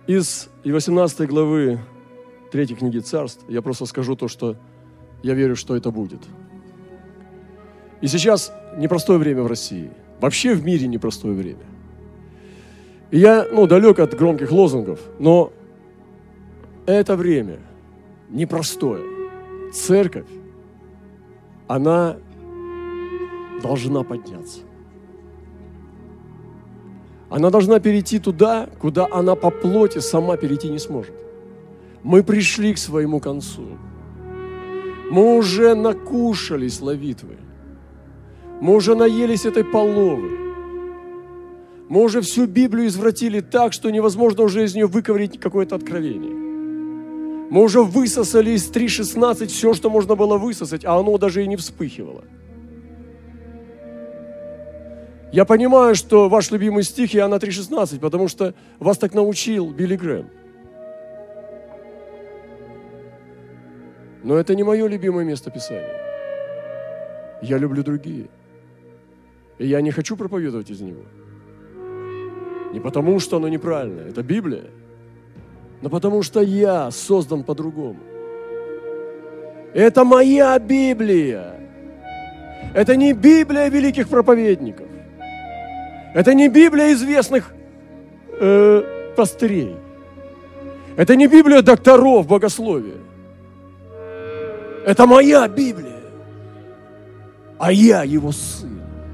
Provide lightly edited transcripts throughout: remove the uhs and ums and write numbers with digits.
Из 18 главы 3 книги Царств я просто скажу то, что я верю, что это будет. И сейчас непростое время в России. Вообще в мире непростое время. И я, далек от громких лозунгов, но это время непростое. Церковь, она должна подняться. Она должна перейти туда, куда она по плоти сама перейти не сможет. Мы пришли к своему концу. Мы уже накушались ловитвы. Мы уже наелись этой половы. Мы уже всю Библию извратили так, что невозможно уже из нее выковырять какое-то откровение. Мы уже высосали из 3.16 все, что можно было высосать, а оно даже и не вспыхивало. Я понимаю, что ваш любимый стих Иоанна 3.16, потому что вас так научил Билли Грэм. Но это не мое любимое место Писания. Я люблю другие. И я не хочу проповедовать из него. Не потому, что оно неправильно, это Библия, но потому, что я создан по-другому. Это моя Библия. Это не Библия великих проповедников. Это не Библия известных пастырей. Это не Библия докторов богословия. Это моя Библия. А я его сын.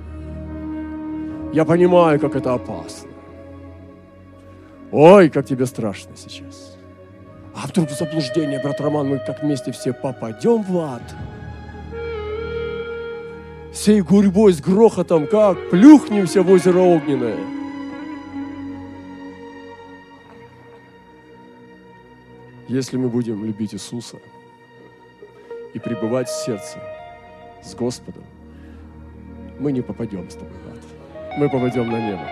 Я понимаю, как это опасно. Ой, как тебе страшно сейчас. А вдруг в заблуждение, брат Роман, мы как вместе все попадем в ад? Всей гурьбой с грохотом, как плюхнемся в озеро огненное. Если мы будем любить Иисуса и пребывать в сердце с Господом, мы не попадем с тобой в ад. Мы попадем на небо.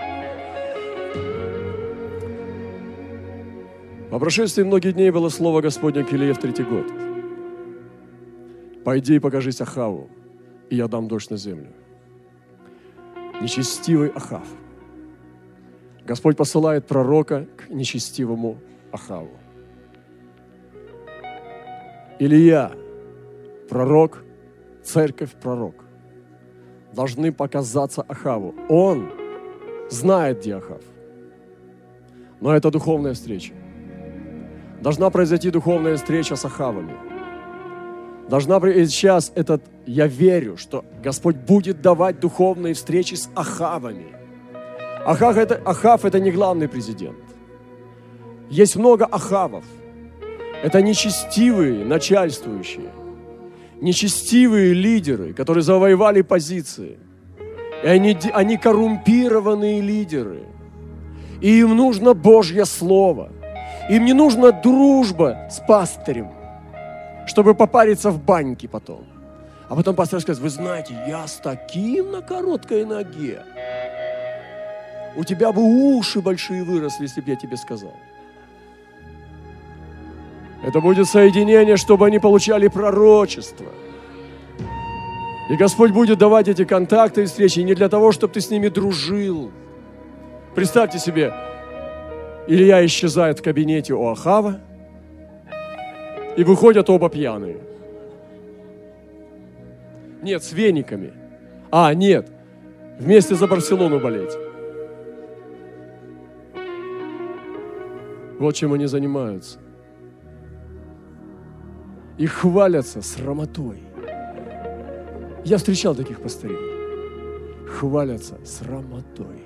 По прошествии многих дней было слово Господне к Илие в 3-й год. «Пойди и покажись Ахаву, и я дам дождь на землю». Нечестивый Ахав. Господь посылает пророка к нечестивому Ахаву. Илия, пророк, церковь, пророк, должны показаться Ахаву. Он знает, где Ахав. Но это духовная встреча. Должна произойти духовная встреча с Ахавами. Должна быть сейчас я верю, что Господь будет давать духовные встречи с Ахавами. Ахав это не главный президент. Есть много Ахавов. Это нечестивые начальствующие, нечестивые лидеры, которые завоевали позиции. И они коррумпированные лидеры. И им нужно Божье Слово. Им не нужна дружба с пастырем, чтобы попариться в баньке потом. А потом пастор скажет: вы знаете, я с таким на короткой ноге. У тебя бы уши большие выросли, если бы я тебе сказал. Это будет соединение, чтобы они получали пророчество. И Господь будет давать эти контакты и встречи не для того, чтобы ты с ними дружил. Представьте себе, Илия исчезает в кабинете у Ахава, и выходят оба пьяные. Нет, с вениками. Нет, вместе за Барселону болеть. Вот чем они занимаются. И хвалятся срамотой. Я встречал таких пастырей. Хвалятся срамотой.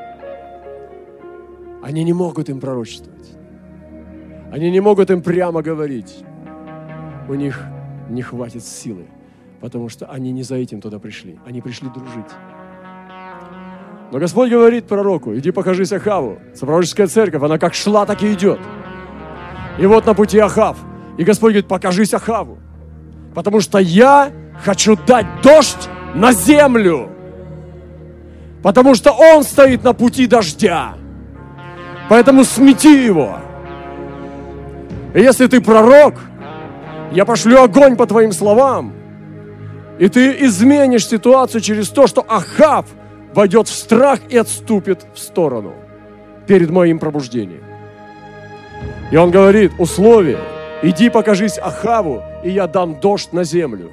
Они не могут им пророчествовать. Они не могут им прямо говорить. У них не хватит силы, потому что они не за этим туда пришли. Они пришли дружить. Но Господь говорит пророку: иди покажись Ахаву. Пророческая церковь, она как шла, так и идет. И вот на пути Ахав. И Господь говорит: покажись Ахаву. Потому что я хочу дать дождь на землю. Потому что он стоит на пути дождя. Поэтому смети его. И если ты пророк, я пошлю огонь по твоим словам. И ты изменишь ситуацию через то, что Ахав войдет в страх и отступит в сторону перед моим пробуждением. И он говорит, условие, иди покажись Ахаву, и я дам дождь на землю.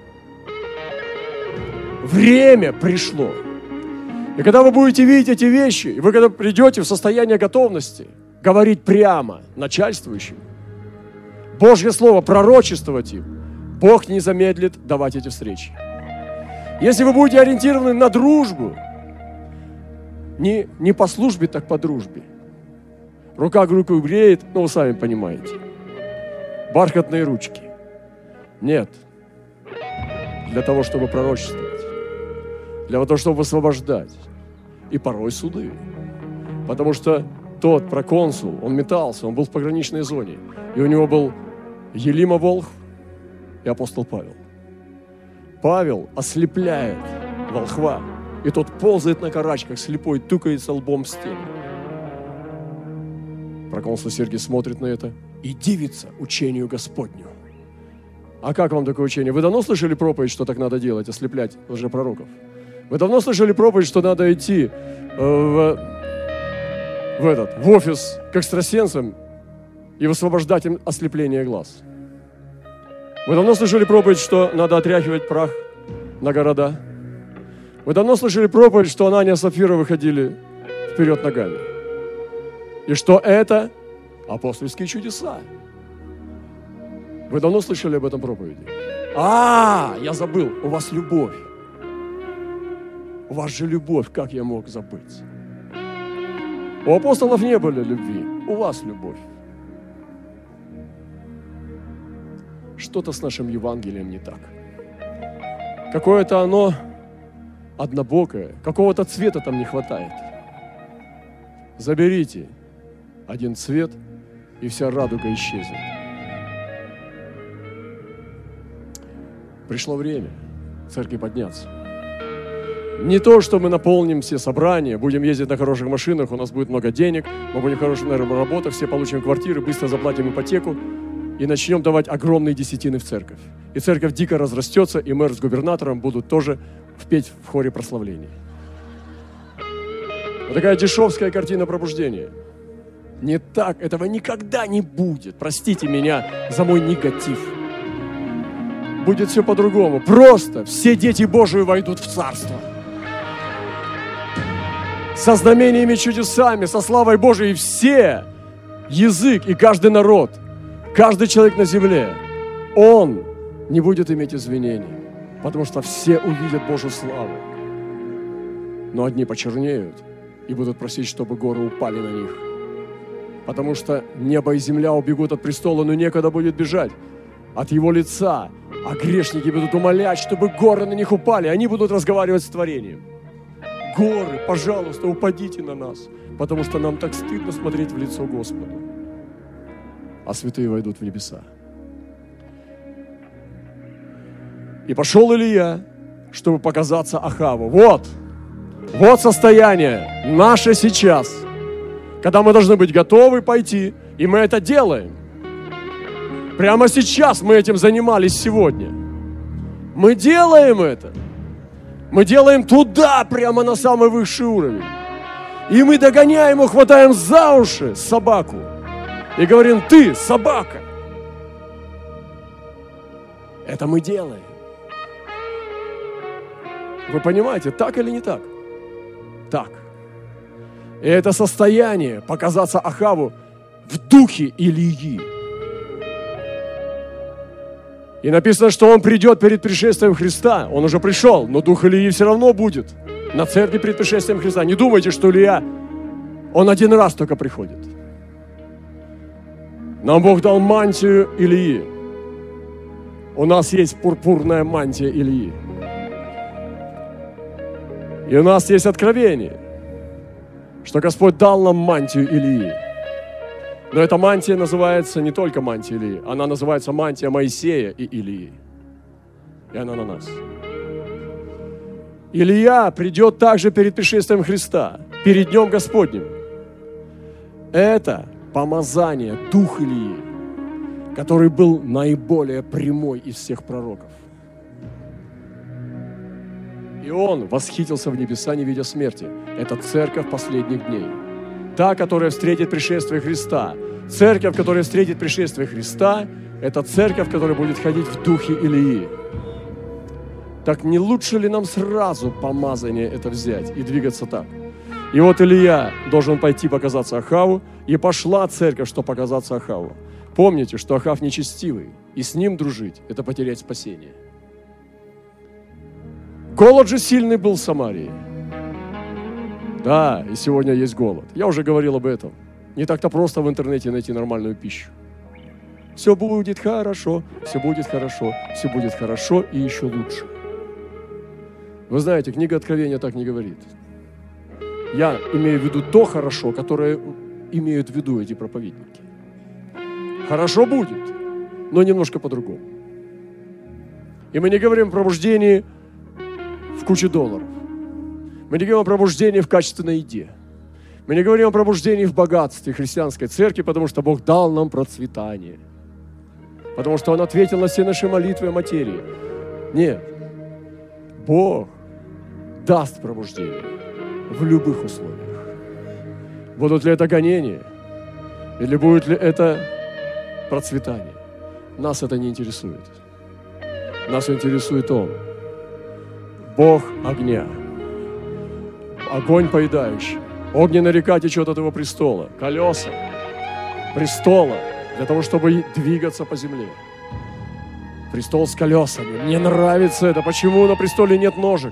Время пришло. И когда вы будете видеть эти вещи, и вы когда придете в состояние готовности говорить прямо начальствующим, Божье Слово, пророчествовать им, Бог не замедлит давать эти встречи. Если вы будете ориентированы на дружбу, не по службе, так по дружбе. Рука руку греет, ну вы сами понимаете. Бархатные ручки. Нет. Для того, чтобы пророчествовать. Для того, чтобы освобождать. И порой суды. Потому что тот проконсул, он метался, он был в пограничной зоне. И у него был Елима Волхв и апостол Павел. Павел ослепляет волхва, и тот ползает на карачках, слепой, тукается лбом в стену. Проконсул Сергий смотрит на это и дивится учению Господню. А как вам такое учение? Вы давно слышали проповедь, что так надо делать, ослеплять лжепророков? Вы давно слышали проповедь, что надо идти в офис к экстрасенсам и высвобождать им ослепление глаз? Вы давно слышали проповедь, что надо отряхивать прах на города? Вы давно слышали проповедь, что Анания и Сапфира выходили вперед ногами? И что это апостольские чудеса? Вы давно слышали об этом проповеди? Я забыл, у вас любовь. У вас же любовь, как я мог забыть? У апостолов не было любви, у вас любовь. Что-то с нашим Евангелием не так. Какое-то оно однобокое, какого-то цвета там не хватает. Заберите один цвет, и вся радуга исчезнет. Пришло время церкви подняться. Не то, что мы наполним все собрания, будем ездить на хороших машинах, у нас будет много денег, мы будем хорошо работать, все получим квартиры, быстро заплатим ипотеку и начнем давать огромные десятины в церковь. И церковь дико разрастется, и мэр с губернатором будут тоже петь в хоре прославления. Вот такая дешевская картина пробуждения. Не так, этого никогда не будет. Простите меня за мой негатив. Будет все по-другому. Просто все дети Божии войдут в Царство. Со знамениями, чудесами, со славой Божией. И все, язык и каждый народ, каждый человек на земле, он не будет иметь извинений. Потому что все увидят Божью славу. Но одни почернеют и будут просить, чтобы горы упали на них. Потому что небо и земля убегут от престола, но некогда будет бежать от его лица. А грешники будут умолять, чтобы горы на них упали. Они будут разговаривать с творением. Горы, пожалуйста, упадите на нас, потому что нам так стыдно смотреть в лицо Господу. А святые войдут в небеса. И пошел Илия, чтобы показаться Ахаву. Вот состояние наше сейчас, когда мы должны быть готовы пойти, и мы это делаем. Прямо сейчас мы этим занимались сегодня. Мы делаем это. Мы делаем туда, прямо на самый высший уровень. И мы догоняем и хватаем за уши собаку. И говорим: ты собака. Это мы делаем. Вы понимаете, так или не так? Так. И это состояние показаться Ахаву в духе Илии. И написано, что он придет перед пришествием Христа. Он уже пришел, но дух Илии все равно будет на церкви перед пришествием Христа. Не думайте, что Илия, он один раз только приходит. Нам Бог дал мантию Илии. У нас есть пурпурная мантия Илии. И у нас есть откровение, что Господь дал нам мантию Илии. Но эта мантия называется не только мантия Илии, она называется мантия Моисея и Илии. И она на нас. Илия придет также перед пришествием Христа, перед Днем Господним. Это помазание, дух Илии, который был наиболее прямой из всех пророков. И он восхитился в небеса, не видя смерти. Это церковь последних дней. Та, которая встретит пришествие Христа. Церковь, которая встретит пришествие Христа, это церковь, которая будет ходить в духе Илии. Так не лучше ли нам сразу помазание это взять и двигаться так? И вот Илия должен пойти показаться Ахаву, и пошла церковь, чтобы показаться Ахаву. Помните, что Ахав нечестивый, и с ним дружить – это потерять спасение. Голод же сильный был в Самарии. Да, и сегодня есть голод. Я уже говорил об этом. Не так-то просто в интернете найти нормальную пищу. Все будет хорошо, все будет хорошо, все будет хорошо и еще лучше. Вы знаете, книга Откровения так не говорит. Я имею в виду то хорошо, которое имеют в виду эти проповедники. Хорошо будет, но немножко по-другому. И мы не говорим о пробуждении в куче долларов. Мы не говорим о пробуждении в качественной еде. Мы не говорим о пробуждении в богатстве христианской церкви, потому что Бог дал нам процветание. Потому что Он ответил на все наши молитвы о материи. Нет. Бог даст пробуждение в любых условиях. Будут ли это гонения? Или будет ли это процветание? Нас это не интересует. Нас интересует Он. Бог огня. Огонь поедающий. Огненная река течет от Его престола. Колеса престола для того, чтобы двигаться по земле. Престол с колесами. Мне нравится это. Почему на престоле нет ножек?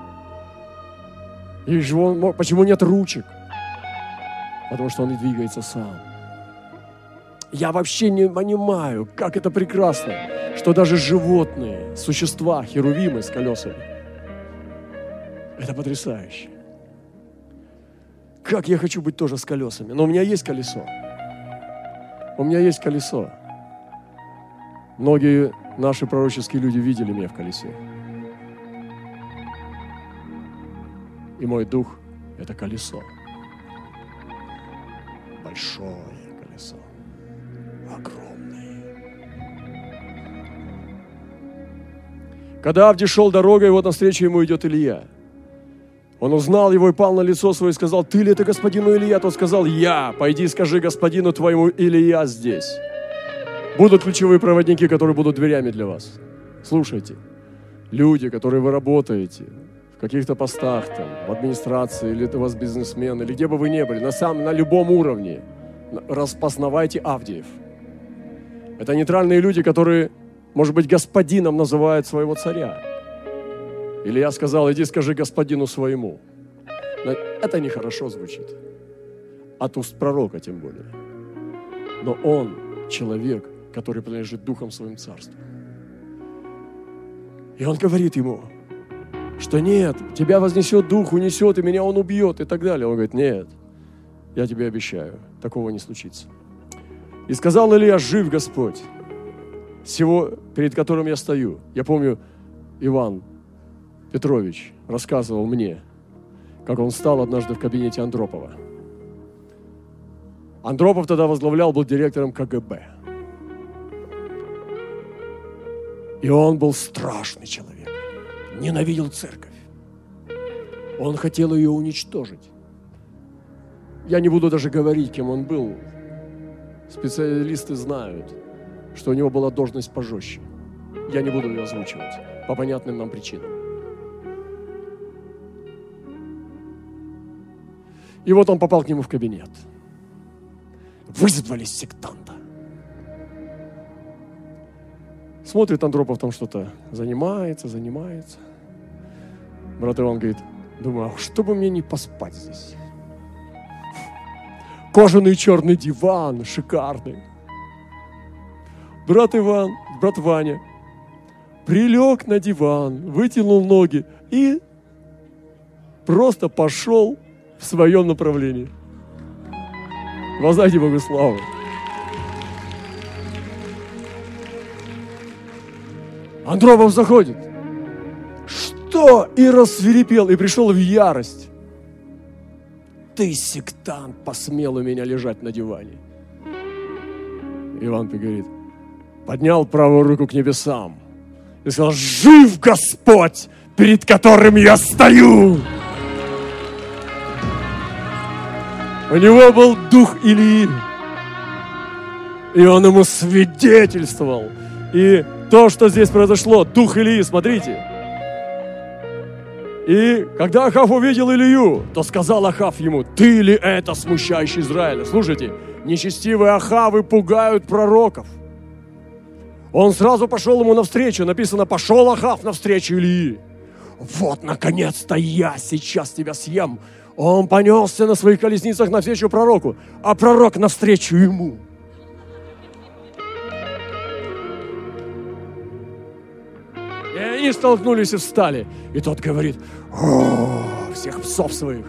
И почему нет ручек? Потому что он и двигается сам. Я вообще не понимаю, как это прекрасно, что даже животные, существа, херувимы с колесами. Это потрясающе. Как я хочу быть тоже с колесами. Но у меня есть колесо. У меня есть колесо. Многие наши пророческие люди видели меня в колесе. И мой дух – это колесо. Большое колесо. Огромное. Когда Авдий шел дорогой, вот навстречу ему идет Илия. Он узнал его и пал на лицо свое и сказал: «Ты ли это господину Илия?» Тот сказал: «Я. Пойди скажи господину твоему: Илия здесь». Будут ключевые проводники, которые будут дверями для вас. Слушайте, люди, которые вы работаете, в каких-то постах, там, в администрации, или это у вас бизнесмен, или где бы вы ни были, на любом уровне, распознавайте Авдиев. Это нейтральные люди, которые, может быть, господином называют своего царя. Илья сказал: иди скажи господину своему. Но это нехорошо звучит. От уст пророка тем более. Но он человек, который принадлежит духом своим царству. И он говорит ему, что нет, тебя вознесет дух, унесет, и меня он убьет, и так далее. Он говорит: нет, я тебе обещаю, такого не случится. И сказал Илья: жив Господь, сего, перед которым я стою. Я помню, Иван Петрович рассказывал мне, как он стал однажды в кабинете Андропова. Андропов тогда возглавлял, был директором КГБ. И он был страшный человек, ненавидел церковь. Он хотел ее уничтожить. Я не буду даже говорить, кем он был. Специалисты знают, что у него была должность пожестче. Я не буду ее озвучивать по понятным нам причинам. И вот он попал к нему в кабинет. Вызвали сектанта. Смотрит Андропов, там что-то занимается. Брат Иван говорит: думаю, а что бы мне не поспать здесь? Кожаный черный диван, шикарный. Брат Ваня прилег на диван, вытянул ноги и просто пошел в своем направлении. Воздайте Богу славу. Андропов заходит. Что? И рассвирепел, и пришел в ярость. Ты, сектант, посмел у меня лежать на диване. Иван говорит, поднял правую руку к небесам и сказал: жив Господь, перед которым я стою. У него был дух Илии. И он ему свидетельствовал. И то, что здесь произошло, дух Илии, смотрите. И когда Ахав увидел Илию, то сказал Ахав ему: ты ли это, смущающий Израиля? Слушайте, нечестивые Ахавы пугают пророков. Он сразу пошел ему навстречу. Написано: пошел Ахав навстречу Илии. Вот, наконец-то я сейчас тебя съем. Он понесся на своих колесницах навстречу пророку, а пророк навстречу ему. И они столкнулись и встали. И тот говорит: о, всех псов своих.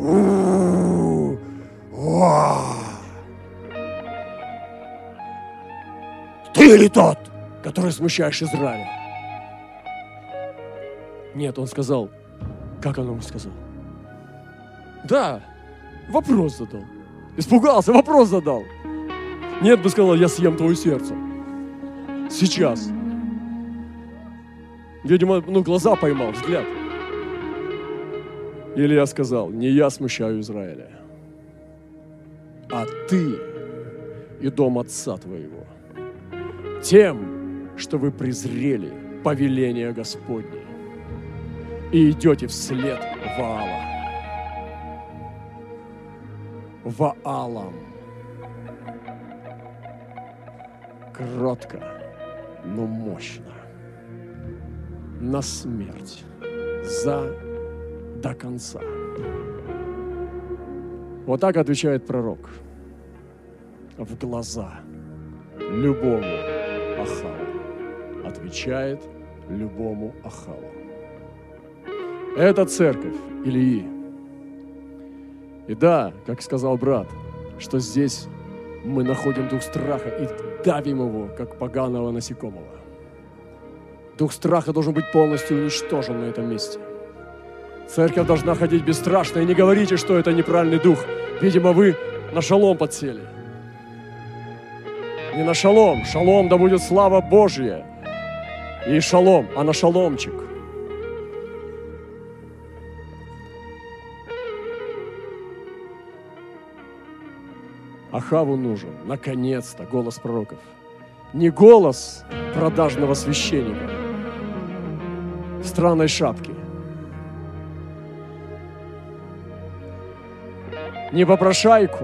Ты ли тот, который смущаешь Израиля? Нет, он сказал. Как он ему сказал? Да, вопрос задал. Испугался, вопрос задал. Нет, бы сказал: я съем твое сердце. Сейчас. Видимо, глаза поймал, взгляд. Илья сказал: не я смущаю Израиля, а ты и дом отца твоего, тем, что вы презрели повеление Господне и идете вслед Ваала. Ваалам. Кротко, но мощно. На смерть. До конца. Вот так отвечает пророк в глаза любому Ахаву. Отвечает любому Ахаву. Это церковь Илии. И да, как сказал брат, что здесь мы находим дух страха и давим его, как поганого насекомого. Дух страха должен быть полностью уничтожен на этом месте. Церковь должна ходить бесстрашно. И не говорите, что это неправильный дух. Видимо, вы на шалом подсели. Не на шалом. Шалом, да будет слава Божья. И шалом, а на шаломчик. Ахаву нужен, наконец-то, голос пророков. Не голос продажного священника в странной шапке. Не попрошайку,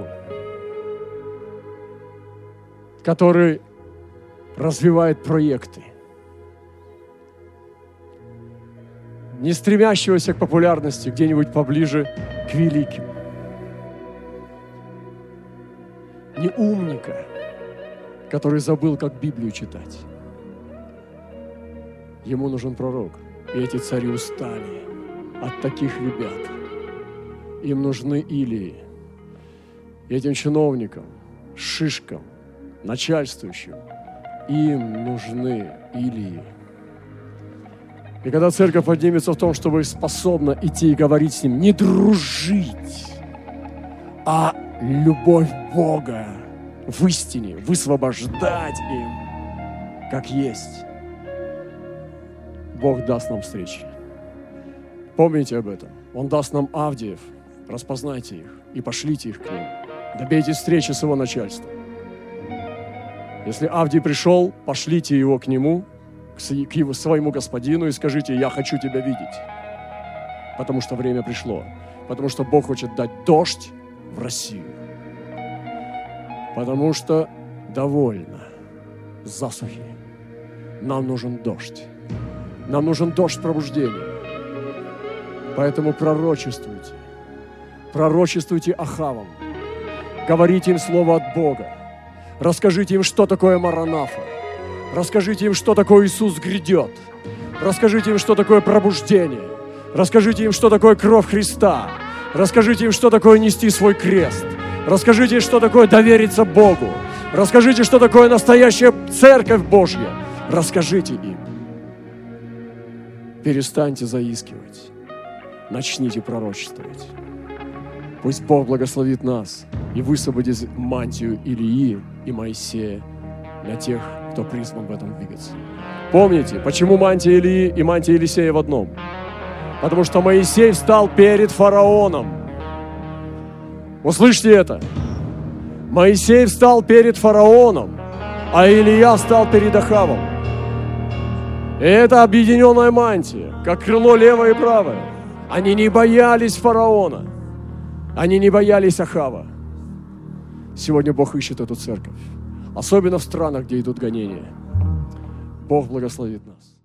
который развивает проекты. Не стремящегося к популярности где-нибудь поближе к великим. Не умника, который забыл, как Библию читать. Ему нужен пророк. И эти цари устали от таких ребят. Им нужны Илии. И этим чиновникам, шишкам, начальствующим, им нужны Илии. И когда церковь поднимется в том, чтобы способна идти и говорить с ним, не дружить, а любовь Бога в истине, высвобождать им, как есть, Бог даст нам встречи. Помните об этом. Он даст нам Авдеев. Распознайте их и пошлите их к ним. Добейтесь встречи с его начальством. Если Авдий пришел, пошлите его к нему, к его, своему господину и скажите: я хочу тебя видеть. Потому что время пришло. Потому что Бог хочет дать дождь в Россию. Потому что довольно засухи. Нам нужен дождь. Нам нужен дождь пробуждения. Поэтому пророчествуйте. Пророчествуйте Ахавам. Говорите им слово от Бога. Расскажите им, что такое Маранафа. Расскажите им, что такое Иисус грядет. Расскажите им, что такое пробуждение. Расскажите им, что такое кровь Христа. Расскажите им, что такое нести свой крест. Расскажите им, что такое довериться Богу. Расскажите, что такое настоящая Церковь Божья. Расскажите им. Перестаньте заискивать. Начните пророчествовать. Пусть Бог благословит нас и высвободит мантию Илии и Моисея для тех, кто призван в этом двигаться. Помните, почему мантия Илии и мантия Елисея в одном? Потому что Моисей встал перед фараоном. Услышьте это. Моисей встал перед фараоном, а Илия встал перед Ахавом. И это объединенная мантия, как крыло левое и правое. Они не боялись фараона. Они не боялись Ахава. Сегодня Бог ищет эту церковь. Особенно в странах, где идут гонения. Бог благословит нас.